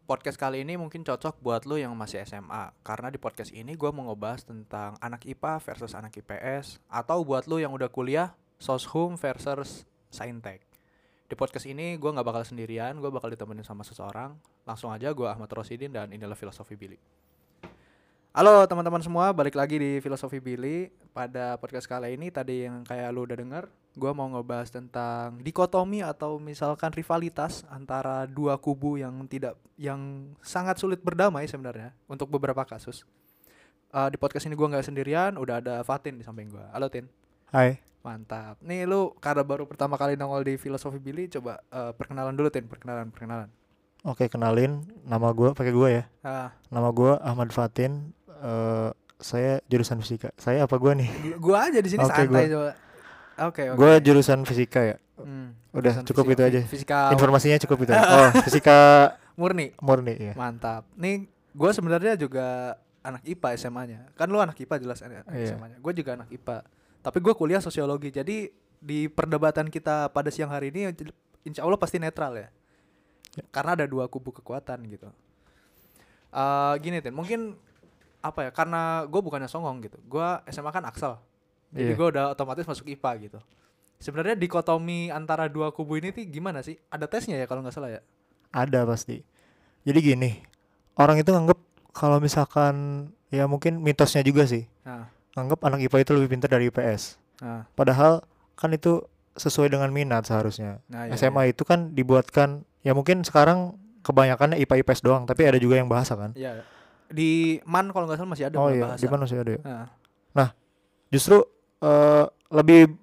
Podcast kali ini mungkin cocok buat lo yang masih SMA. Karena di podcast ini gue mau ngebahas tentang anak IPA versus anak IPS. Atau buat lo yang udah kuliah, Soshum versus Saintek. Di podcast ini gue gak bakal sendirian, gue bakal ditemenin sama seseorang. Langsung aja, gue Ahmad Rosidin dan inilah Filosofi Billy. Halo teman-teman semua, balik lagi di Filosofi Billy. Pada podcast kali ini tadi yang kayak lu udah denger, gue mau ngebahas tentang dikotomi atau misalkan rivalitas antara dua kubu yang sangat sulit berdamai sebenarnya untuk beberapa kasus. Di podcast ini gue nggak sendirian, udah ada Fatin di samping gue. Halo Tin. Hai. Mantap. Nih lu karena baru pertama kali nongol di Filosofi Billy, coba perkenalan dulu Tin, perkenalan. Oke, kenalin, nama gue pakai gue ya. Nama gue Ahmad Fatin. Saya jurusan fisika. Saya apa gue nih? Gue aja di sini santai coba. Oke. Gue jurusan fisika ya. Udah cukup itu aja. Fisika. Informasinya cukup itu. Oh, fisika murni ya. Mantap. Nih gue sebenarnya juga anak IPA SMA-nya. Kan lu anak IPA jelas SMA-nya. Gue juga anak IPA. Tapi gue kuliah sosiologi. Jadi di perdebatan kita pada siang hari ini insya Allah pasti netral ya. Karena ada dua kubu kekuatan gitu. Gini Tin, mungkin apa ya, karena gue bukannya songong gitu, gue SMA kan Axel, jadi gue udah otomatis masuk IPA gitu. Sebenarnya dikotomi antara dua kubu ini tuh gimana sih? Ada tesnya ya kalau nggak salah ya? Ada pasti. Jadi gini, orang itu nganggep kalau misalkan ya mungkin mitosnya juga sih, nganggep anak IPA itu lebih pintar dari IPS. Padahal kan itu sesuai dengan minat seharusnya. SMA itu kan dibuatkan, ya mungkin sekarang kebanyakannya IPA IPS doang, tapi ada juga yang bahasa kan. Iya. Di MAN kalau nggak salah masih ada bahasa. Di MAN masih ada ya. Nah, justru lebih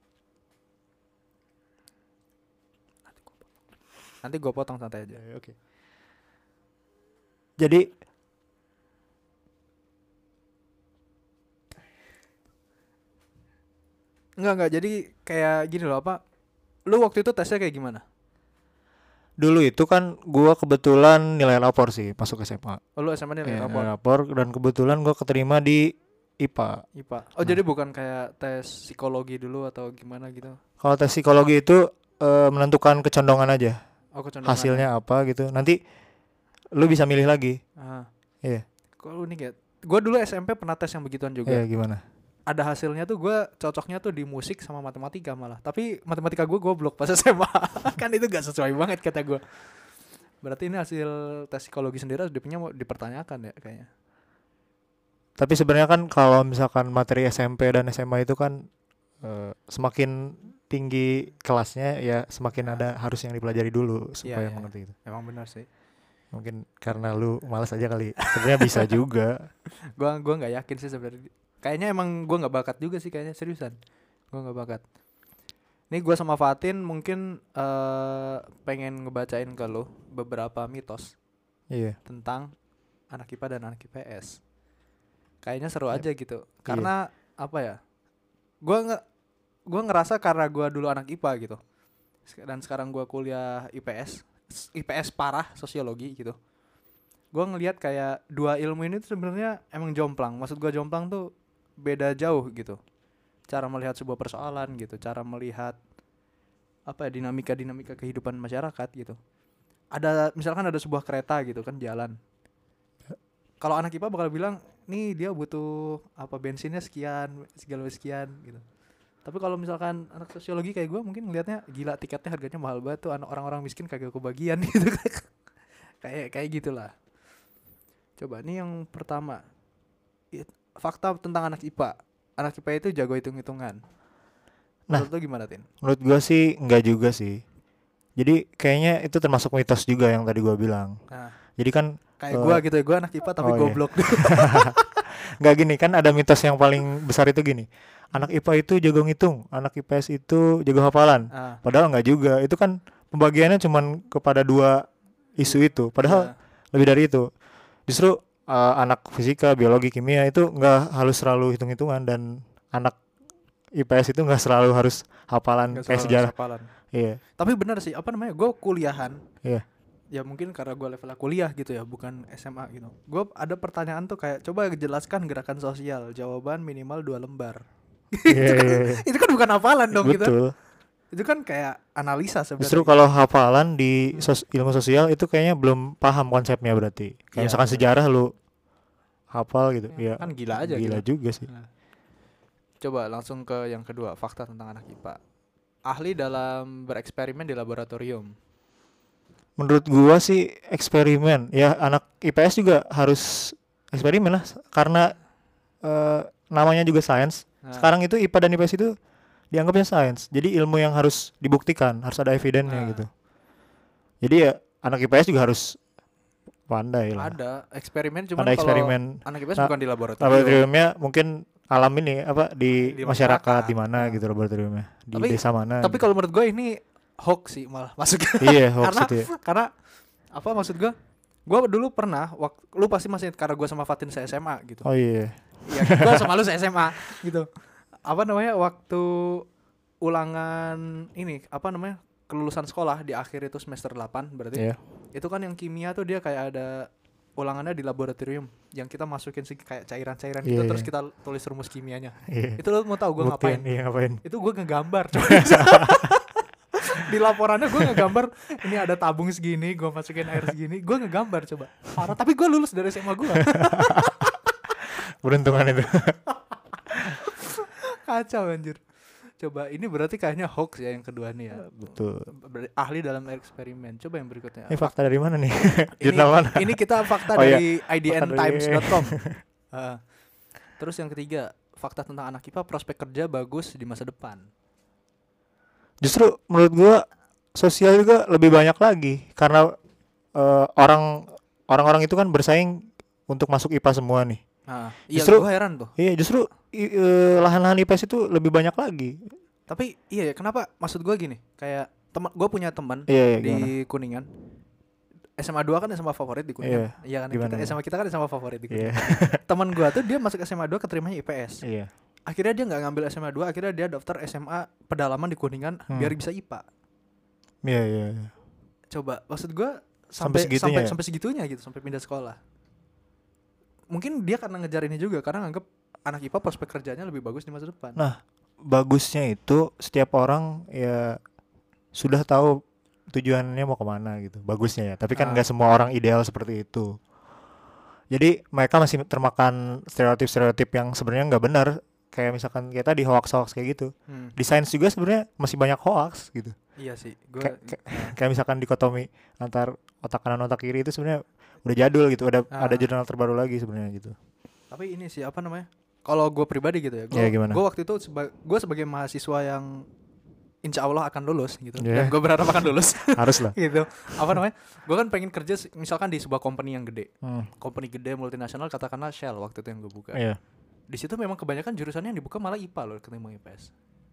nanti gue potong santai aja. Oke. Jadi Enggak, jadi kayak gini loh, apa? Lu waktu itu tesnya kayak gimana? Dulu itu kan gue kebetulan nilai rapor sih masuk SMA. Oh, lu SMA nilai rapor dan kebetulan gue keterima di IPA. Oh, jadi bukan kayak tes psikologi dulu atau gimana gitu? Kalau tes psikologi itu menentukan kecondongan aja. Oh, kecondongan. Hasilnya apa gitu. Nanti lu bisa milih lagi. Iya. Kok lu nih kayak, gue dulu SMP pernah tes yang begituan juga. Iya, gimana? Ada hasilnya tuh gue cocoknya tuh di musik sama matematika malah. Tapi matematika gue goblok pas SMA. Kan itu gak sesuai banget kata gue. Berarti ini hasil tes psikologi sendiri mau dipertanyakan ya kayaknya. Tapi sebenarnya kan kalau misalkan materi SMP dan SMA itu kan semakin tinggi kelasnya ya semakin ada harus yang dipelajari dulu supaya mengerti itu. Emang benar sih. Mungkin karena lu malas aja kali. Sebenarnya bisa juga. Gua nggak yakin sih sebenarnya. Kayaknya emang gue nggak bakat juga sih kayaknya, seriusan. Gue nggak bakat. Nih gue sama Fatin mungkin pengen ngebacain ke lo beberapa mitos. Iya. Tentang anak IPA dan anak IPS. Kayaknya seru aja gitu. Karena apa ya? Gue ngerasa karena gue dulu anak IPA gitu. Dan sekarang gue kuliah IPS parah, sosiologi gitu. Gue ngelihat kayak dua ilmu ini tuh sebenarnya emang jomplang. Maksud gue jomplang tuh beda jauh gitu. Cara melihat sebuah persoalan gitu, cara melihat apa ya, dinamika kehidupan masyarakat gitu. Misalkan ada sebuah kereta gitu kan jalan. Kalau anak IPA bakal bilang, nih dia butuh apa, bensinnya sekian, segala sekian gitu. Tapi kalau misalkan anak sosiologi kayak gue mungkin ngelihatnya gila, tiketnya harganya mahal banget tuh, orang-orang miskin kagak kebagian gitu. kayak gitulah. Coba nih yang pertama, fakta tentang anak IPA. Anak IPA itu jago hitung-hitungan. Menurut lo gimana, Tin? Menurut gue sih enggak juga sih. Jadi kayaknya itu termasuk mitos juga yang tadi gue bilang. Jadi kan kayak gue gitu ya, gue anak IPA tapi goblok. Enggak, gini kan ada mitos yang paling besar itu gini. Anak IPA itu jago ngitung, anak IPS itu jago hafalan. Padahal enggak juga. Itu kan pembagiannya cuman kepada dua isu itu. Padahal lebih dari itu. Justru anak fisika, biologi, kimia itu nggak harus selalu hitung-hitungan, dan anak IPS itu nggak selalu harus hafalan kayak sejarah. Iya. Tapi benar sih, apa namanya? Gue kuliahan. Iya. Ya mungkin karena gue levelnya kuliah gitu ya, bukan SMA gitu. Gue ada pertanyaan tuh kayak, coba jelaskan gerakan sosial. Jawaban minimal 2 lembar. Iya. Itu kan bukan hafalan dong. Betul. Gitu. Itu kan kayak analisa sebenarnya. Justru kalau hafalan di ilmu sosial itu kayaknya belum paham konsepnya berarti. Kayak misalkan sejarah lu hafal gitu. Ya kan gila aja gila gitu. juga sih. Coba langsung ke yang kedua, fakta tentang anak IPA. Ahli dalam bereksperimen di laboratorium. Menurut gua sih eksperimen. Ya anak IPS juga harus eksperimen lah karena namanya juga sains. Sekarang itu IPA dan IPS itu dianggapnya sains. Jadi ilmu yang harus dibuktikan, harus ada evidennya gitu. Jadi ya anak IPS juga harus pandai lah. Ada eksperimen, cuman ada kalau eksperimen. anak IPS bukan di laboratorium. Laboratoriumnya mungkin alam ini apa di masyarakat di mana gitu laboratoriumnya. Di desa mana. Tapi kalau menurut gue ini hoax sih malah masuk. Iya, hoax itu ya. Karena apa maksud gue? Gue dulu pernah lu pasti masih karena gue sama Fatin SMA gitu. Oh iya. Iya, gue sama lu SMA gitu. Apa namanya waktu ulangan ini apa namanya kelulusan sekolah di akhir itu semester 8 berarti. Itu kan yang kimia tuh dia kayak ada ulangannya di laboratorium yang kita masukin kayak cairan-cairan gitu terus kita tulis rumus kimianya. Itu lo mau tahu gue ngapain? Ngapain? Itu gue ngegambar. Di laporannya gue ngegambar ini ada tabung segini, gue masukin air segini, gue ngegambar coba. Parah, tapi gue lulus dari SMA gue. Beruntungan itu. Kacau anjir. Coba ini berarti kayaknya hoax ya yang kedua nih ya. Betul. Ahli dalam eksperimen. Coba yang berikutnya. Ini fakta dari mana nih? Jurnal mana? Ini kita fakta dari idntimes.com. Terus yang ketiga, fakta tentang anak IPA, prospek kerja bagus di masa depan. Justru menurut gua sosial juga lebih banyak lagi karena orang-orang itu kan bersaing untuk masuk IPA semua nih. Iya, justru gue heran tuh. Iya, justru lahan-lahan IPS itu lebih banyak lagi. Tapi iya ya, kenapa? Maksud gue gini, kayak gue punya teman di Kuningan. SMA 2 kan SMA favorit di Kuningan. Iya kan, SMA kita kan SMA favorit di Kuningan. Teman gue tuh dia masuk SMA 2 keterimanya IPS. Iya. Akhirnya dia nggak ngambil SMA 2, akhirnya dia daftar SMA pedalaman di Kuningan biar bisa IPA. Iya. Coba, maksud gue sampai segitunya gitu, sampai pindah sekolah. Mungkin dia karena ngejar ini juga karena nganggep anak IPA prospek kerjanya lebih bagus di masa depan. Nah, bagusnya itu setiap orang ya sudah tahu tujuannya mau kemana gitu. Bagusnya ya. Tapi kan nggak semua orang ideal seperti itu. Jadi mereka masih termakan stereotip-stereotip yang sebenarnya nggak benar. Kayak misalkan kita di hoax kayak gitu. Di sains juga sebenarnya masih banyak hoax gitu. Iya sih. Kayak misalkan dikotomi antar otak kanan otak kiri itu sebenarnya udah jadul gitu. Ada jurnal terbaru lagi sebenarnya gitu. Tapi ini sih apa namanya? Kalau gue pribadi gitu ya. Gue waktu itu gue sebagai mahasiswa yang insya Allah akan lulus gitu. Dan gue berharap akan lulus. Harus lah. Gitu. Apa namanya? Gue kan pengen kerja misalkan di sebuah company yang gede. Company gede multinasional, katakanlah Shell waktu itu yang gue buka. Di situ memang kebanyakan jurusannya yang dibuka malah IPA loh ketimbang IPS.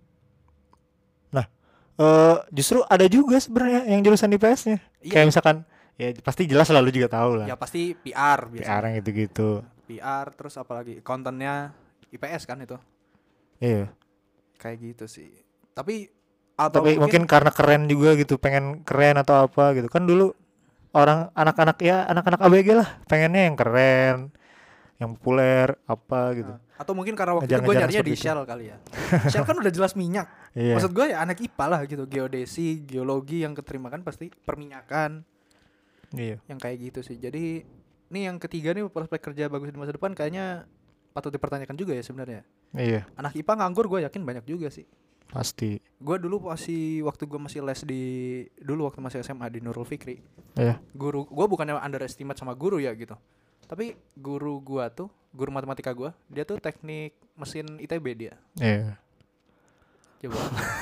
Nah, justru ada juga sebenarnya yang jurusan IPS-nya. Kayak misalkan ya pasti jelas lah, lu juga tahu lah. Ya pasti PR biasanya. PR yang gitu-gitu. PR terus apalagi kontennya IPS kan itu. Iya. Kayak gitu sih. Tapi mungkin karena keren juga gitu, pengen keren atau apa gitu. Kan dulu anak-anak ABG lah pengennya yang keren, yang populer apa gitu. Atau mungkin karena waktu itu gue nyarinya di Shell kali ya. Shell kan udah jelas minyak. Maksud gue ya anak IPA lah gitu. Geodesi, geologi yang keterima kan pasti perminyakan. Iya. Yang kayak gitu sih. Jadi ini yang ketiga nih, prospek kerja bagus di masa depan kayaknya patut dipertanyakan juga ya sebenarnya. Iya. Anak IPA nganggur gue yakin banyak juga sih. Pasti. Gue dulu waktu gue masih les waktu masih SMA di Nurul Fikri. Iya. Guru gue bukannya underestimate sama guru ya gitu. Tapi guru matematika gue, dia tuh teknik mesin ITB dia. Iya. Coba.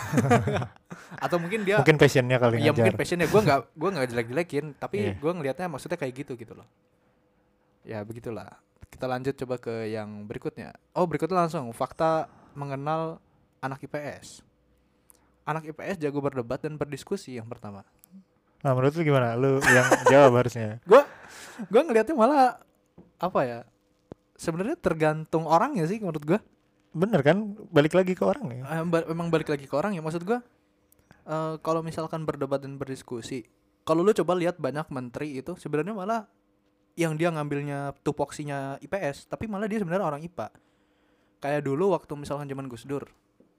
Atau mungkin passionnya kali ngajar. Iya mungkin passionnya. Gue nggak jelek-jelekin, tapi gue ngelihatnya maksudnya kayak gitu loh. Ya begitulah. Kita lanjut coba ke yang berikutnya. Berikutnya langsung fakta mengenal anak IPS. Anak IPS jago berdebat dan berdiskusi yang pertama. Nah menurut lu gimana? Lu yang jawab harusnya. Gue ngelihatnya malah apa ya? Sebenarnya tergantung orangnya sih menurut gue. Bener kan? Balik lagi ke orang ya. Memang balik lagi ke orang ya. Maksud gue kalau misalkan berdebat dan berdiskusi, kalau lu coba lihat banyak menteri itu sebenarnya malah yang dia ngambilnya tupoksinya IPS, tapi malah dia sebenarnya orang IPA. Kayak dulu waktu misalkan zaman Gus Dur,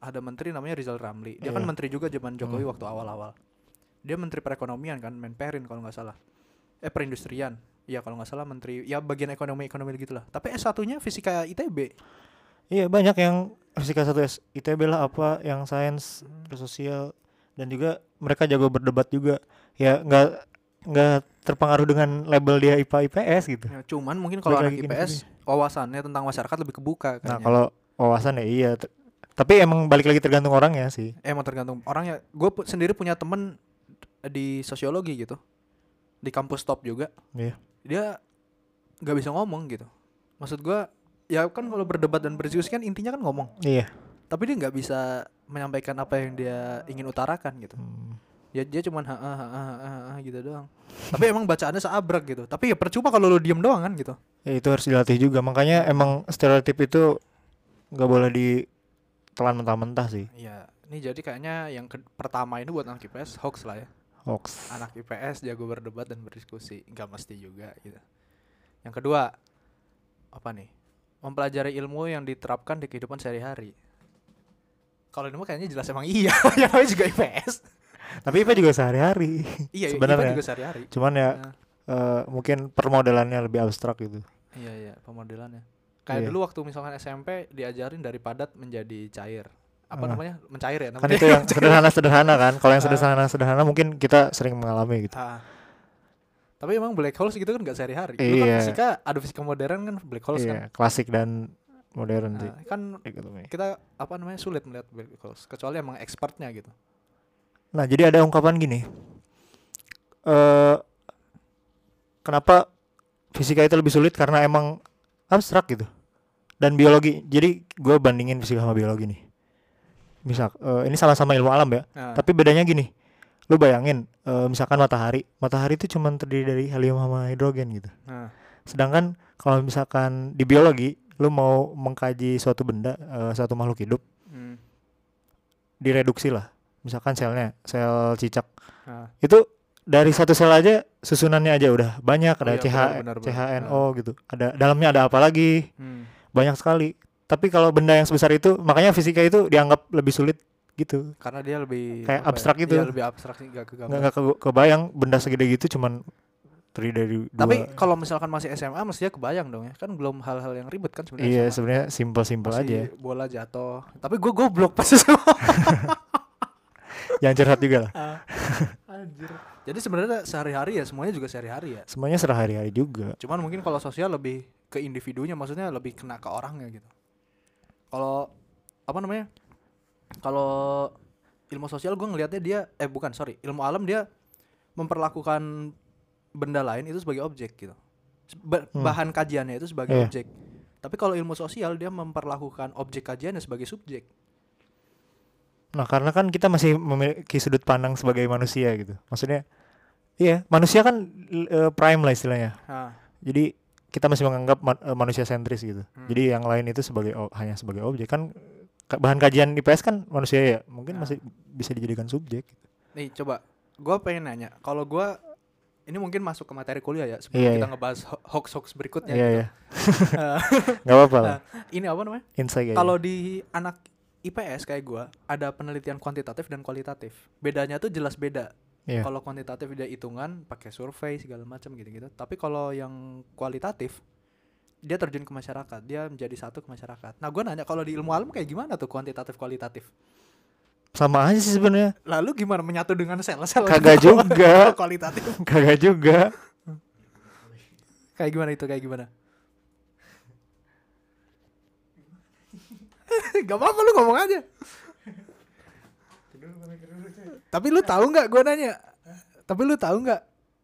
ada menteri namanya Rizal Ramli. Dia kan menteri juga zaman Jokowi waktu awal-awal. Dia menteri perekonomian kan, Menperin kalau nggak salah. Perindustrian. Ya kalau nggak salah menteri, ya bagian ekonomi gitulah. Tapi S1-nya fisika ITB. Iya, banyak yang fisika 1 ITB lah, apa yang sains, sosial, dan juga mereka jago berdebat juga. Ya nggak terpengaruh dengan label dia IPA IPS gitu. Ya, cuman mungkin kalau anak IPS wawasannya tentang masyarakat lebih kebuka kayaknya. Nah, kalau wawasan ya iya. Tapi emang balik lagi tergantung orangnya sih. Emang tergantung orangnya. Gue sendiri punya temen di sosiologi gitu, di kampus top juga. Iya. Dia nggak bisa ngomong gitu. Maksud gue, ya kan kalau berdebat dan berdiskusi kan intinya kan ngomong. Iya. Tapi dia nggak bisa menyampaikan apa yang dia ingin utarakan gitu. Dia cuman gitu doang. Tapi emang bacaannya seabrek gitu. Tapi ya percuma kalau lu diem doang kan gitu. Ya itu harus dilatih juga. Makanya emang stereotip itu nggak boleh ditelan mentah-mentah sih. Iya. Ini jadi kayaknya yang pertama ini buat anak IPS hoax lah ya. Hoax. Anak IPS jago berdebat dan berdiskusi. Nggak mesti juga gitu. Yang kedua, apa nih? Mempelajari ilmu yang diterapkan di kehidupan sehari-hari. Kalau ini mah kayaknya jelas emang iya. Yang namanya juga IPS. Tapi IPA juga sehari-hari. Iya, sebenarnya. IPA juga sehari-hari. Cuman ya mungkin permodelannya lebih abstrak gitu. Iya, pemodelannya. Kayak dulu waktu misalkan SMP diajarin dari padat menjadi cair. Apa namanya? Mencair ya namanya. Kan itu yang sederhana-sederhana kan. Kalau yang sederhana-sederhana mungkin kita sering mengalami gitu. Tapi emang black holes gitu kan gak sehari-hari. Dulu kan fisika, ada fisika modern kan black holes kan. Klasik dan modern sih. Kan kita sulit melihat black holes kecuali emang expertnya gitu. Nah, jadi ada ungkapan gini. Kenapa fisika itu lebih sulit? Karena emang abstrak gitu. Dan biologi. Jadi gue bandingin fisika sama biologi nih. Misal ini sama-sama ilmu alam ya. Tapi bedanya gini. Lu bayangin misalkan matahari itu cuma terdiri dari helium sama hidrogen gitu. Sedangkan kalau misalkan di biologi lu mau mengkaji suatu benda, suatu makhluk hidup, direduksi lah. Misalkan sel cicak. Itu dari satu sel aja susunannya aja udah banyak, ada CHNO gitu. Ada dalamnya ada apa lagi? Banyak sekali. Tapi kalau benda yang sebesar itu, makanya fisika itu dianggap lebih sulit gitu. Karena dia lebih kayak abstrak gitu. Iya, lebih abstrak sih, enggak kebayang benda segede gitu cuman terdiri dari dua. Tapi kalau misalkan masih SMA mestinya kebayang dong ya. Kan belum hal-hal yang ribet kan sebenarnya. Iya, sebenarnya simpel-simpel aja. Bola jatuh. Tapi gue goblok pas SMA. Yang curhat juga lah. Anjir. Jadi sebenarnya sehari-hari ya, semuanya juga sehari-hari ya. Semuanya sehari-hari juga. Cuman mungkin kalau sosial lebih ke individunya, maksudnya lebih kena ke orangnya gitu. Kalau kalau ilmu sosial gue ngelihatnya dia ilmu alam dia memperlakukan benda lain itu sebagai objek gitu. Bahan kajiannya itu sebagai objek. Tapi kalau ilmu sosial dia memperlakukan objek kajiannya sebagai subjek. Nah, karena kan kita masih memiliki sudut pandang sebagai manusia gitu. Maksudnya, manusia kan prime lah istilahnya. Jadi kita masih menganggap manusia sentris gitu. Jadi yang lain itu hanya sebagai objek. Kan bahan kajian IPS kan manusia ya, mungkin masih bisa dijadikan subjek gitu. Nih coba, gue pengen nanya. Kalau gue, ini mungkin masuk ke materi kuliah ya, sebelum kita ngebahas hoax berikutnya gitu. Gak apa-apa lah. Ini apa namanya? Insight. Kalau di anak IPS kayak gue, ada penelitian kuantitatif dan kualitatif. Bedanya tuh jelas beda. Kalau kuantitatif dia hitungan, pakai survei segala macam gitu-gitu. Tapi kalau yang kualitatif, dia terjun ke masyarakat, dia menjadi satu ke masyarakat. Nah, gue nanya kalau di ilmu alam kayak gimana tuh kuantitatif kualitatif? Sama aja sih sebenarnya. Lalu gimana menyatu dengan sel-sel? Kagak juga. Kualitatif. Kagak juga. Kayak gimana? Gak apa-apa, lu ngomong aja. Tapi lu tahu nggak? Gue nanya. Tapi lu tahu nggak?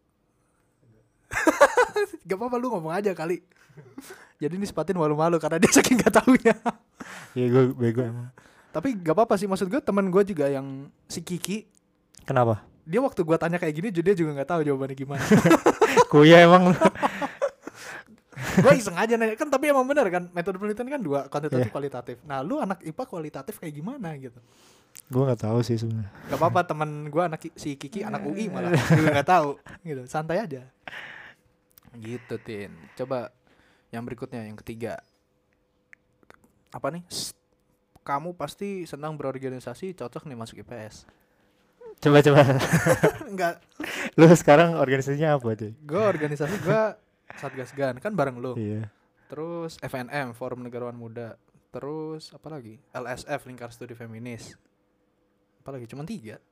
Gak apa-apa, lu ngomong aja kali. Jadi nisbatin malu-malu karena dia saking gak taunya. Iya, gue bego emang. Tapi gak apa-apa sih, maksud gue teman gue juga yang si Kiki. Kenapa? Dia waktu gue tanya kayak gini, dia juga gak tahu jawabannya gimana. Kuya emang. Gue iseng aja nanya kan, tapi emang benar kan metode penelitian kan dua, kuantitatif kualitatif. Nah, lu anak IPA kualitatif kayak gimana gitu? Gue nggak tahu sih sebenarnya. Gak apa-apa, teman gue si Kiki anak UI malah juga nggak tahu gitu, santai aja. Gitu Tin. Coba yang berikutnya, yang ketiga apa nih? kamu pasti senang berorganisasi, cocok nih masuk IPS. Coba. Enggak. Lu sekarang organisasinya apa cuy? Gue organisasi gue Satgas GAN kan bareng lu. Iya. Terus FNM Forum Negarawan Muda. Terus apa lagi? LSF Lingkar Studi Feminis. Apa lagi? Cuman 3.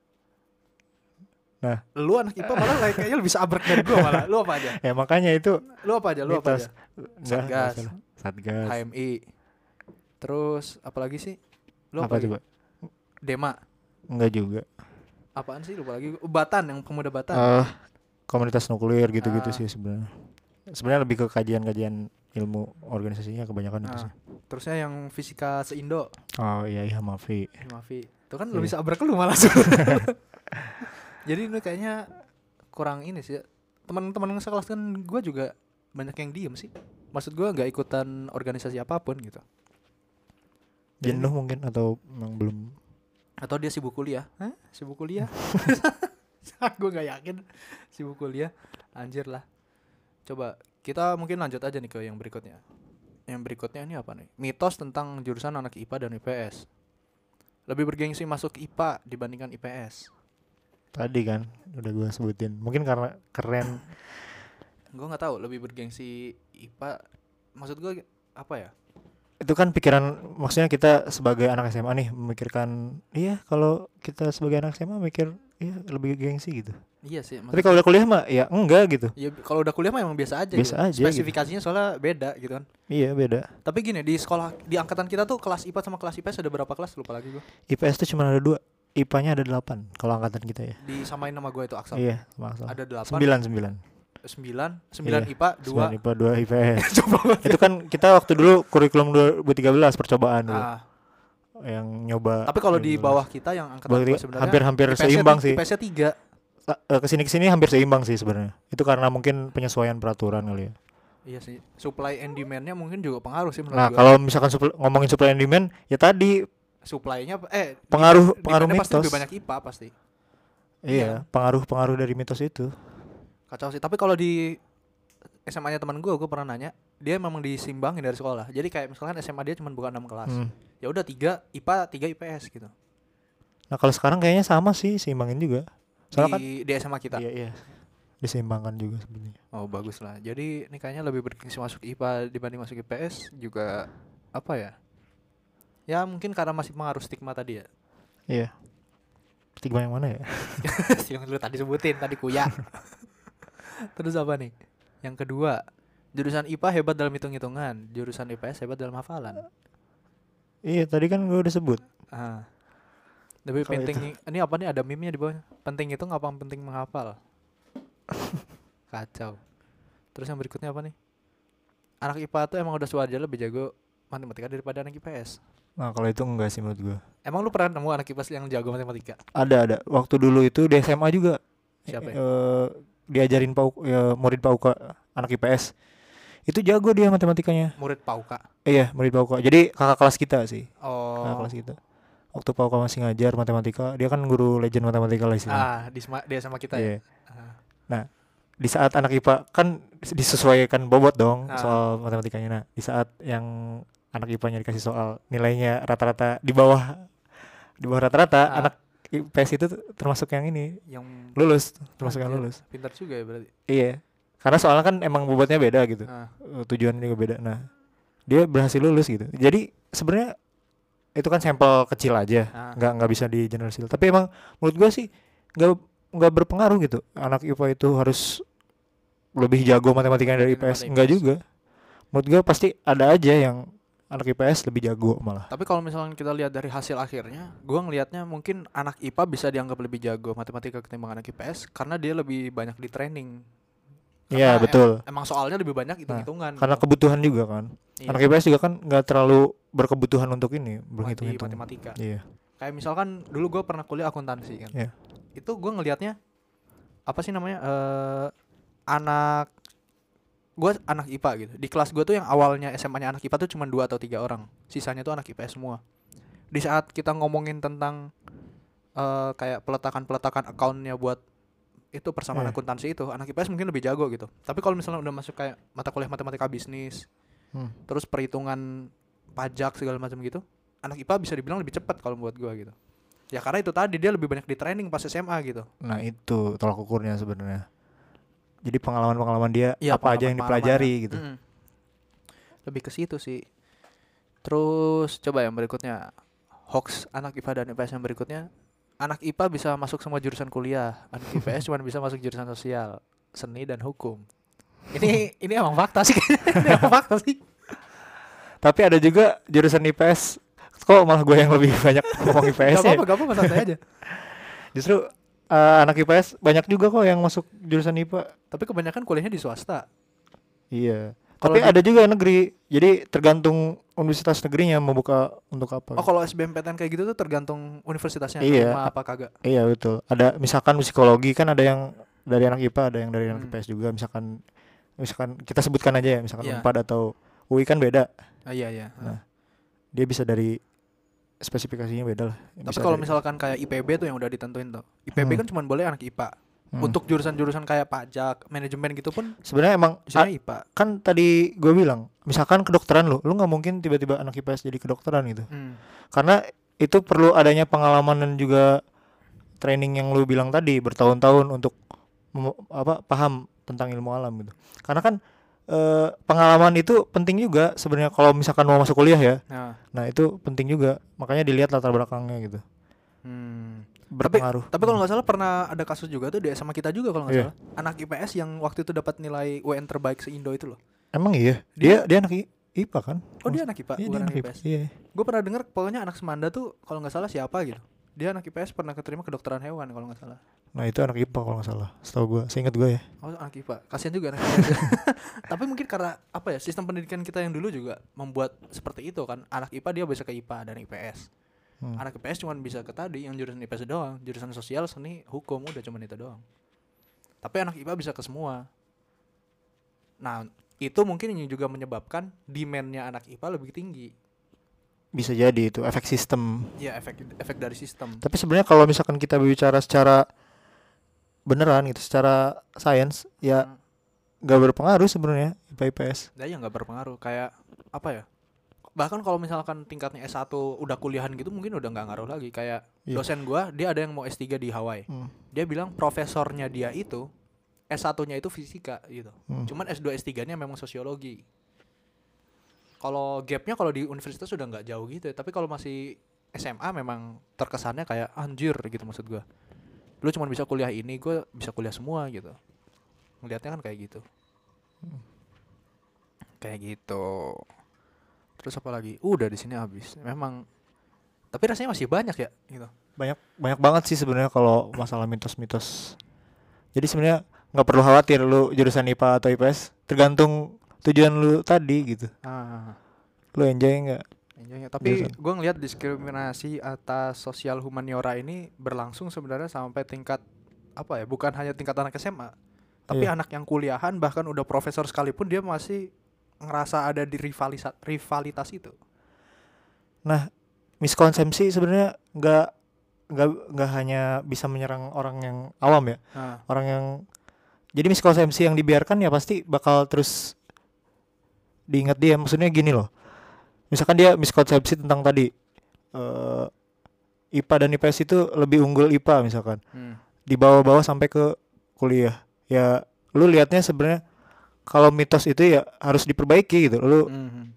Nah, lu anak IPA malah kayaknya lebih sabrek dari gue malah. Lu apa aja? Ya makanya itu. Lu apa aja? Satgas, Satgas. HMI. Terus apa lagi sih? Lu apa coba? Dema. Enggak juga. Apaan sih lupa lagi? Batan, yang pemuda Batan. Komunitas nuklir gitu-gitu sih sebenarnya. Sebenarnya lebih ke kajian-kajian ilmu organisasinya kebanyakan itu sih. Terusnya yang fisika seindo. Oh iya Hamafi. Itu kan lebih sabrek lu malah. Jadi ini kayaknya kurang ini sih. Teman-teman sekelas kan gue juga banyak yang diem sih. Maksud gue nggak ikutan organisasi apapun gitu. Jenuh mungkin atau memang belum. Atau dia sibuk kuliah. Sibuk kuliah? Gue gak yakin sibuk kuliah. Anjir lah. Coba kita mungkin lanjut aja nih ke yang berikutnya. Yang berikutnya ini apa nih? Mitos tentang jurusan anak IPA dan IPS. Lebih bergengsi masuk IPA dibandingkan IPS. Tadi kan udah gue sebutin. Mungkin karena keren. Gue gak tahu lebih bergengsi IPA. Maksud gue apa ya? Itu kan pikiran, maksudnya kita sebagai anak SMA nih memikirkan, iya kalau kita sebagai anak SMA mikir iya lebih gengsi gitu. Iya sih. Tapi kalau udah kuliah mah ya enggak gitu. Ya kalau udah kuliah mah emang biasa aja. Biasa gitu. aja. Spesifikasinya gitu. Soalnya beda gitu kan. Iya beda. Tapi gini, di sekolah di angkatan kita tuh kelas IPA sama kelas IPS ada berapa kelas? Lupa lagi gue. IPS tuh cuma ada 2, IPA-nya ada 8 kalau angkatan kita ya. Disamain nama gue itu Aksal. Iya, sama Aksal. Ada 8. 9 iya. IPA 2 IPA 2 IPS. Itu kan kita waktu dulu kurikulum 2013 percobaan dulu. Yang nyoba. Tapi kalau di bawah kita yang angkatan gue sebenarnya hampir seimbang sih. IPS-nya 3. Kesini hampir seimbang sih sebenarnya. Itu karena mungkin penyesuaian peraturan kali ya. Iya sih. Supply and demand-nya mungkin juga pengaruh sih menurut Nah, gue. kalau misalkan ngomongin supply and demand, ya tadi supply-nya pengaruh mitos. Pasti lebih banyak IPA pasti. Iya, pengaruh dari mitos itu. Kacau sih. Tapi kalau di SMA-nya teman gue pernah nanya, dia memang disimbangin dari sekolah. Jadi kayak misalkan SMA dia cuma buka 6 kelas. Ya udah 3 IPA, 3 IPS gitu. Nah, kalau sekarang kayaknya sama sih, seimbangin juga. Soalnya di SMA kita. Iya. Diseimbangkan juga sebenarnya. Oh, bagus lah. Jadi ini kayaknya lebih bergengsi masuk IPA dibanding masuk IPS juga apa ya? Ya mungkin karena masih pengaruh stigma tadi ya. Iya. Stigma yang mana ya? Yang lu tadi sebutin, tadi kuya. Terus apa nih? Yang kedua, jurusan IPA hebat dalam hitung-hitungan, jurusan IPS hebat dalam hafalan. Iya, tadi kan gue udah sebut. Lebih penting ini apa nih, ada meme-nya di bawahnya. Penting itu ngapa penting menghafal. Kacau. Terus yang berikutnya apa nih? Anak IPA tuh emang udah sewajarnya lebih jago matematika daripada anak IPS. Nah, kalau itu enggak sih menurut gue. Emang lu pernah nemu anak IPS yang jago matematika? Ada. Waktu dulu itu di SMA juga. Siapa ya? Diajarin murid PAUK anak IPS. Itu jago dia matematikanya. Murid PAUK? Iya, murid PAUK. Jadi kakak kelas kita sih. Oh. Kakak kelas kita. Waktu PAUK masih ngajar matematika, dia kan guru legend matematika lah istilahnya. Di SMA kita ya. Nah, di saat anak IPA kan disesuaikan bobot dong soal matematikanya. Nah, di saat yang anak IPA-nya dikasih soal nilainya rata-rata di bawah rata-rata, anak IPS itu termasuk yang ini, yang lulus, termasuk yang lulus. Pintar juga ya berarti. Iya. Karena soalnya kan emang bobotnya beda gitu. Tujuannya juga beda. Nah, dia berhasil lulus gitu. Jadi sebenarnya itu kan sampel kecil aja, nggak bisa di generalisir. Tapi emang menurut gue sih nggak berpengaruh gitu. Anak IPA itu harus lebih jago matematikanya dari IPS. Enggak juga. Menurut gue pasti ada aja yang anak IPS lebih jago malah. Tapi kalau misalnya kita lihat dari hasil akhirnya, gue ngelihatnya mungkin anak IPA bisa dianggap lebih jago matematika ketimbang anak IPS karena dia lebih banyak di training. Iya betul. Emang soalnya lebih banyak hitung-hitungan. Karena kebutuhan juga kan. Iya. Anak IPS juga kan nggak terlalu berkebutuhan untuk ini berhitung-hitung. Matematika. Iya. Kayak misalkan dulu gue pernah kuliah akuntansi kan. Iya. Itu gue ngelihatnya apa sih namanya gue anak IPA gitu. Di kelas gue tuh yang awalnya SMA-nya anak IPA tuh cuma 2 atau 3 orang. Sisanya tuh anak IPS semua. Di saat kita ngomongin tentang kayak peletakan akunnya buat itu persamaan akuntansi itu, anak IPS mungkin lebih jago gitu. Tapi kalau misalnya udah masuk kayak mata kuliah matematika bisnis, terus perhitungan pajak segala macam gitu, anak IPA bisa dibilang lebih cepat kalau buat gua gitu. Ya karena itu tadi dia lebih banyak di training pas SMA gitu. Nah itu tolak ukurnya sebenarnya. Jadi pengalaman dia ya, apa aja yang dipelajari ya. gitu. Lebih ke situ sih. Terus coba yang berikutnya, hoax anak IPA dan IPS yang berikutnya. Anak IPA bisa masuk semua jurusan kuliah, anak IPS cuma bisa masuk jurusan sosial, seni dan hukum. Ini emang fakta sih. Ini emang fakta sih. Tapi ada juga jurusan IPS, kok malah gue yang lebih banyak ngomong IPS ya. Gak apa-apa santai aja. Justru anak IPS banyak juga kok yang masuk jurusan IPA. Tapi kebanyakan kuliahnya di swasta. Iya. Tapi ada juga negeri. Jadi tergantung universitas negerinya mau buka untuk apa. Oh, kalau SBMPTN kayak gitu tuh tergantung universitasnya. Iya. Apa kagak. Iya betul. Ada misalkan psikologi kan ada yang dari anak IPA, ada yang dari anak IPS juga. Misalkan kita sebutkan aja ya, misalkan Unpad atau UI kan beda. Iya. Nah, dia bisa dari spesifikasinya beda lah. Tapi kalau misalkan kayak IPB tuh yang udah ditentuin tuh. IPB kan cuma boleh anak IPA. Untuk jurusan-jurusan kayak pajak, manajemen gitu pun sebenarnya emang IPA. Kan tadi gue bilang, misalkan kedokteran lu nggak mungkin tiba-tiba anak IPS jadi kedokteran gitu. Karena itu perlu adanya pengalaman dan juga training yang lu bilang tadi bertahun-tahun untuk paham tentang ilmu alam gitu. Karena kan pengalaman itu penting juga sebenarnya kalau misalkan mau masuk kuliah ya. Nah itu penting juga, makanya dilihat latar belakangnya gitu. Berpengaruh. Tapi kalau nggak salah pernah ada kasus juga tuh di SMA kita juga kalau nggak salah. Anak IPS yang waktu itu dapat nilai UN terbaik se-Indo itu loh. Emang iya? Dia anak IPA kan? Oh dia anak IPA, iya, bukan anak IPS. Iya. Gue pernah dengar pokoknya anak Semanda tuh kalau nggak salah siapa gitu. Dia anak IPS pernah keterima kedokteran hewan kalau nggak salah. Nah itu anak IPA kalau nggak salah, setahu gue, seingat gue ya. Oh anak IPA, kasian juga anak IPA. Tapi mungkin karena apa ya, sistem pendidikan kita yang dulu juga membuat seperti itu kan. Anak IPA dia bisa ke IPA dan IPS. Anak IPS cuma bisa ke tadi yang jurusan IPS doang, jurusan sosial, seni, hukum, udah cuma itu doang. Tapi anak IPA bisa ke semua. Nah itu mungkin yang juga menyebabkan demand-nya anak IPA lebih tinggi. Bisa jadi itu efek sistem. Iya, efek dari sistem. Tapi sebenarnya kalau misalkan kita berbicara secara beneran gitu, secara sains ya nggak berpengaruh sebenarnya IPA IPS. Ya nggak berpengaruh, kayak apa ya? Bahkan kalau misalkan tingkatnya S1 udah kuliahan gitu mungkin udah nggak ngaruh lagi. Kayak dosen gua, dia ada yang mau S3 di Hawaii. Dia bilang profesornya dia itu S1-nya itu fisika gitu. Cuman S2 S3-nya memang sosiologi. Kalau gapnya kalau di universitas sudah nggak jauh gitu ya. Tapi kalau masih SMA memang terkesannya kayak anjir gitu maksud gua. Lu cuma bisa kuliah ini, gua bisa kuliah semua gitu. Ngelihatnya kan kayak gitu. Kayak gitu. Terus apa lagi? Udah di sini habis. Memang. Tapi rasanya masih banyak ya gitu. Banyak banget sih sebenarnya kalau masalah mitos-mitos. Jadi sebenarnya nggak perlu khawatir lu jurusan IPA atau IPS, tergantung tujuan lu tadi gitu. Lu enjoy nggak? Tapi gue ngelihat diskriminasi atas sosial humaniora ini berlangsung sebenarnya sampai tingkat apa ya? Bukan hanya tingkat anak SMA, tapi anak yang kuliahan bahkan udah profesor sekalipun dia masih ngerasa ada di rivalitas itu. Nah, miskonsepsi sebenarnya nggak hanya bisa menyerang orang yang awam ya. Orang yang jadi miskonsepsi yang dibiarkan ya pasti bakal terus diingat dia. Maksudnya gini loh. Misalkan dia miskonsepsi tentang tadi IPA dan IPS itu lebih unggul IPA misalkan. Dibawa-bawa sampai ke kuliah. Ya lu lihatnya sebenarnya kalau mitos itu ya harus diperbaiki gitu. Lu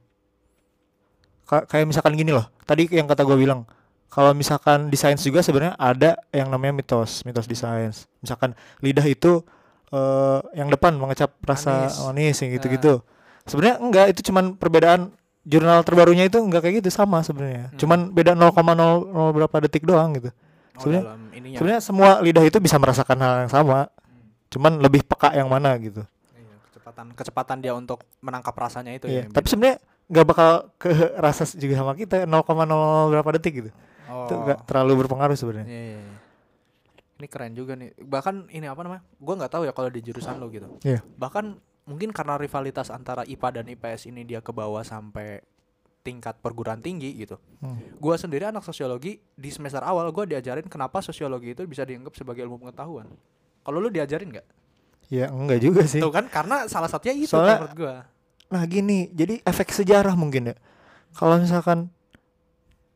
kayak misalkan gini loh. Tadi yang kata gue bilang, kalau misalkan di sains juga sebenarnya ada yang namanya mitos di sains. Misalkan lidah itu yang depan mengecap rasa manis yang gitu-gitu. Sebenarnya enggak, itu cuman perbedaan jurnal terbarunya itu enggak kayak gitu, sama sebenarnya. Cuman beda 0,00 berapa detik doang gitu. Sebenarnya semua lidah itu bisa merasakan hal yang sama. Cuman lebih peka yang mana gitu. Kecepatan dia untuk menangkap rasanya itu ya. Tapi sebenarnya enggak bakal ke rasa juga sama kita 0,00 berapa detik gitu. Itu enggak terlalu berpengaruh sebenarnya. Ini keren juga nih. Bahkan ini apa namanya? Gua enggak tahu ya kalau di jurusan lo gitu. Bahkan mungkin karena rivalitas antara IPA dan IPS ini dia ke bawah sampai tingkat perguruan tinggi gitu. Gua sendiri anak sosiologi, di semester awal gua diajarin kenapa sosiologi itu bisa dianggap sebagai ilmu pengetahuan. Kalau lu diajarin enggak? Ya enggak juga sih. Tuh kan karena salah satunya itu menurut gua. Nah gini, jadi efek sejarah mungkin ya. Kalau misalkan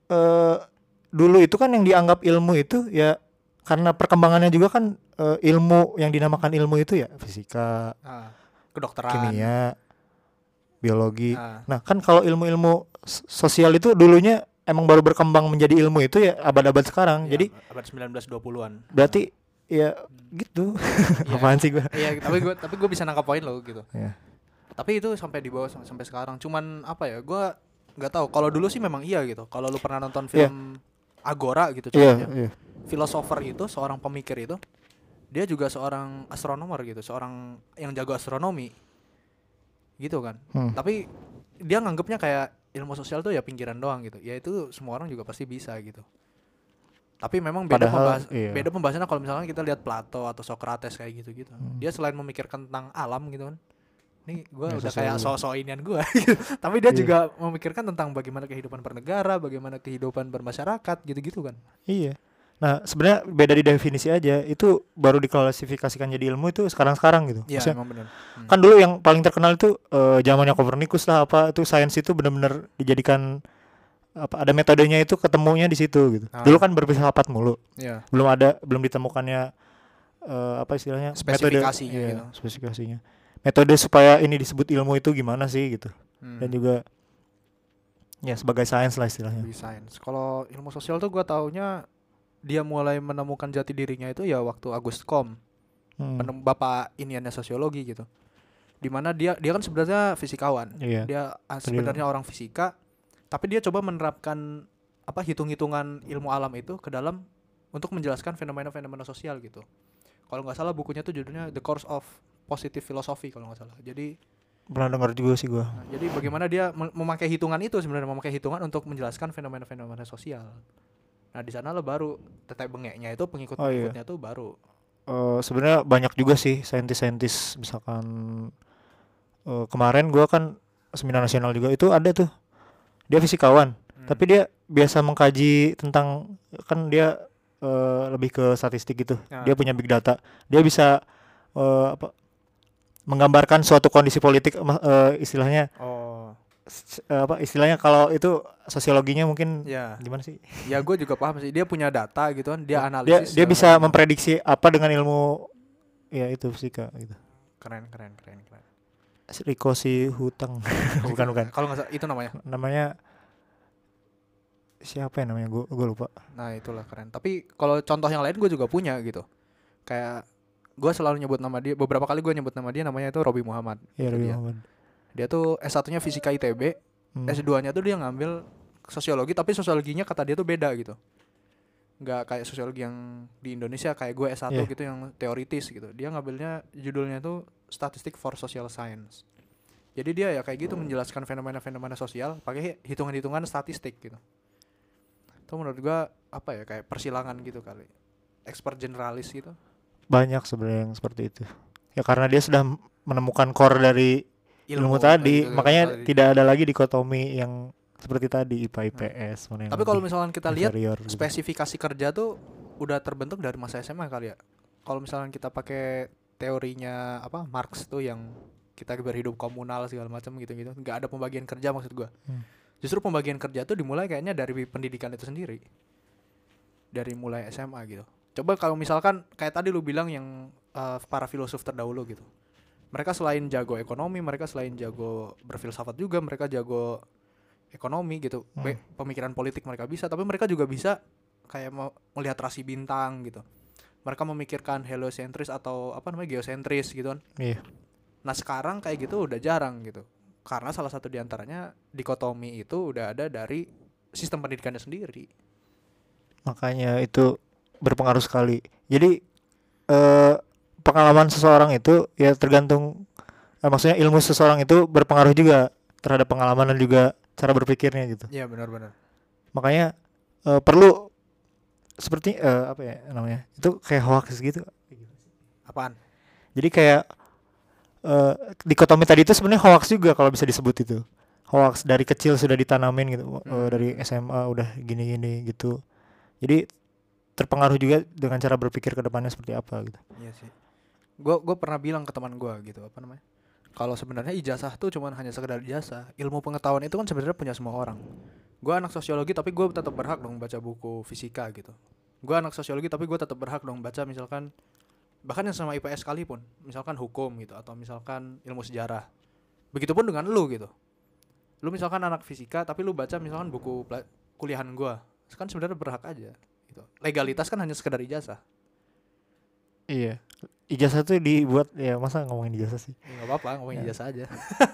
dulu itu kan yang dianggap ilmu itu ya karena perkembangannya juga kan ilmu yang dinamakan ilmu itu ya fisika, kedokteran, kimia, biologi. Nah kan kalau ilmu-ilmu sosial itu dulunya emang baru berkembang menjadi ilmu itu ya abad-abad sekarang. Ya, jadi abad 19-20-an. Berarti ya gitu. Apaan sih gue? Iya, tapi gue bisa nangkap poin lo gitu. Yeah. Tapi itu sampai di bawah sampai sekarang. Cuman apa ya? Gue nggak tahu. Kalau dulu sih memang iya gitu. Kalau lu pernah nonton film Agora gitu contohnya. Filosofer itu, seorang pemikir itu, dia juga seorang astronomer gitu, seorang yang jago astronomi. Gitu kan. Tapi dia nganggapnya kayak ilmu sosial tuh ya pinggiran doang gitu. Ya itu semua orang juga pasti bisa gitu. Tapi memang beda pembahasannya kalau misalnya kita lihat Plato atau Socrates kayak gitu-gitu. Dia selain memikirkan tentang alam gitu kan. Ini gue udah kayak so-so inian gue gitu. Tapi dia juga memikirkan tentang bagaimana kehidupan bernegara, bagaimana kehidupan bermasyarakat gitu-gitu kan. Iya. Nah, sebenarnya beda di definisi aja. Itu baru diklasifikasikan jadi ilmu itu sekarang-sekarang gitu. Iya, memang benar. Kan dulu yang paling terkenal itu zamannya Copernicus lah apa itu sains itu benar-benar dijadikan ada metodenya itu ketemunya di situ gitu. Dulu kan berfilsafat mulu. Yeah. Belum ditemukannya apa istilahnya spesifikasinya metode, gitu. Spesifikasinya. Metode supaya ini disebut ilmu itu gimana sih gitu. Dan juga ya sebagai sains lah istilahnya. Sains. Kalau ilmu sosial tuh gue taunya dia mulai menemukan jati dirinya itu ya waktu Auguste Comte. Bapak iniannya sosiologi gitu. Dimana dia kan sebenarnya fisikawan. Iya. Dia sebenarnya orang fisika. Tapi dia coba menerapkan hitung-hitungan ilmu alam itu ke dalam untuk menjelaskan fenomena-fenomena sosial gitu. Kalau nggak salah bukunya tuh judulnya The Course of Positive Philosophy kalau nggak salah. Jadi pernah dengar juga sih gua. Nah, jadi bagaimana dia memakai hitungan itu sebenarnya memakai hitungan untuk menjelaskan fenomena-fenomena sosial. Nah di sana lo baru tetek bengeknya itu pengikut-pengikutnya tuh baru. Sebenarnya banyak juga sih saintis-saintis misalkan kemarin gua kan seminar nasional juga itu ada tuh. Dia fisikawan, tapi dia biasa mengkaji tentang kan dia lebih ke statistik gitu. Dia punya big data. Dia bisa menggambarkan suatu kondisi politik istilahnya. Istilahnya kalau itu sosiologinya mungkin gimana sih? Ya gue juga paham sih. Dia punya data gitu kan, dia analisis. Dia bisa memprediksi apa dengan ilmu ya itu fisika gitu. Keren. Riko si hutang. bukan. Kalau nggak salah itu namanya siapa ya namanya gue lupa. Nah itulah keren. Tapi kalau contoh yang lain gue juga punya gitu. Kayak gue selalu nyebut nama dia. Beberapa kali gue nyebut nama dia, namanya itu Robi Muhammad. Iya Robi Muhammad. Dia tuh S1-nya fisika ITB, S2-nya tuh dia ngambil sosiologi, tapi sosiologinya kata dia tuh beda gitu. Nggak kayak sosiologi yang di Indonesia kayak gue S1 gitu yang teoritis gitu. Dia ngambilnya judulnya tuh Statistics for Social Science. Jadi dia ya kayak gitu menjelaskan fenomena-fenomena sosial pakai hitungan-hitungan statistik gitu. Itu menurut gue kayak persilangan gitu kali. Expert generalis gitu. Banyak sebenarnya yang seperti itu. Ya karena dia sudah menemukan core dari ilmu tadi, makanya tidak ada lagi dikotomi yang seperti tadi IPA IPS. Tapi kalau misalnya kita lihat spesifikasi kerja tuh udah terbentuk dari masa SMA kali ya. Kalau misalnya kita pakai teorinya Marx tuh yang kita berhidup komunal segala macam gitu-gitu, nggak ada pembagian kerja maksud gue. Justru pembagian kerja tuh dimulai kayaknya dari pendidikan itu sendiri, dari mulai SMA gitu. Coba kalau misalkan kayak tadi lu bilang yang para filosof terdahulu gitu, mereka selain jago ekonomi, mereka selain jago berfilsafat juga, mereka jago ekonomi gitu. Pemikiran politik mereka bisa, tapi mereka juga bisa kayak melihat rasi bintang gitu. Mereka memikirkan heliocentris atau geosentris gitu kan. Iya. Nah sekarang kayak gitu udah jarang gitu. Karena salah satu diantaranya dikotomi itu udah ada dari sistem pendidikannya sendiri. Makanya itu berpengaruh sekali. Jadi pengalaman seseorang itu ya tergantung maksudnya ilmu seseorang itu berpengaruh juga terhadap pengalaman dan juga cara berpikirnya gitu. Iya benar. Makanya perlu seperti apa ya namanya? Itu kayak hoax gitu. Apaan? Jadi kayak dikotomi tadi itu sebenarnya hoax juga kalau bisa disebut itu. Hoax dari kecil sudah ditanamin gitu. Dari SMA udah gini-gini gitu. Jadi terpengaruh juga dengan cara berpikir ke depannya seperti apa gitu. Iya sih. Gue pernah bilang ke teman gue gitu, kalau sebenarnya ijazah tuh cuma hanya sekedar ijazah. Ilmu pengetahuan itu kan sebenarnya punya semua orang. gue anak sosiologi tapi gue tetap berhak dong baca buku fisika gitu. Gue anak sosiologi tapi gue tetap berhak dong baca misalkan bahkan yang sama IPS sekalipun, misalkan hukum gitu atau misalkan ilmu sejarah. Begitupun dengan lu gitu. Lu misalkan anak fisika tapi lu baca misalkan buku kuliahan gue, kan sebenarnya berhak aja gitu. Legalitas kan hanya sekedar ijazah. Iya. Ijazah tuh dibuat ya, masa ngomongin ijazah sih? Enggak apa-apa, ngomongin ijazah aja.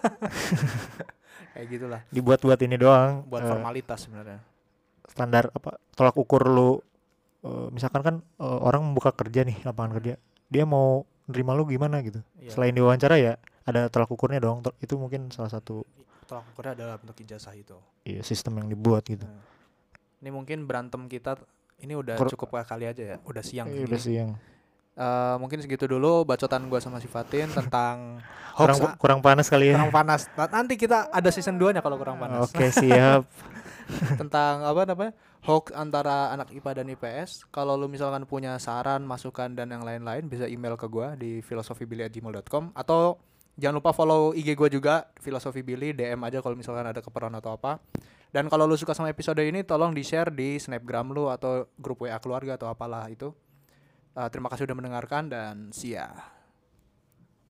Kayak gitulah. Dibuat ini doang. Buat formalitas sebenarnya. Standar apa? Tolak ukur lu. Misalkan kan orang membuka kerja nih, lapangan kerja. Dia mau nerima lu gimana gitu. Iya. Selain diwawancara ya ada tolak ukurnya dong. Itu mungkin salah satu. Tolak ukurnya adalah bentuk ijazah itu. Iya, sistem yang dibuat gitu. Ini mungkin berantem kita ini udah cukup kali aja ya. Udah siang. Udah siang. Mungkin segitu dulu bacotan gue sama si Fatin tentang hoax. Kurang panas kali ya. Kurang panas. Nanti kita ada season 2-nya kalau kurang panas. Oke, siap. Tentang apa namanya? Hoax antara anak IPA dan IPS. Kalau lu misalkan punya saran, masukan dan yang lain-lain bisa email ke gue di philosophybilly@gmail.com atau jangan lupa follow IG gue juga philosophybilly, DM aja kalau misalkan ada keperluan atau apa. Dan kalau lu suka sama episode ini tolong di-share di Snapgram lu atau grup WA keluarga atau apalah itu. Terima kasih sudah mendengarkan dan see ya.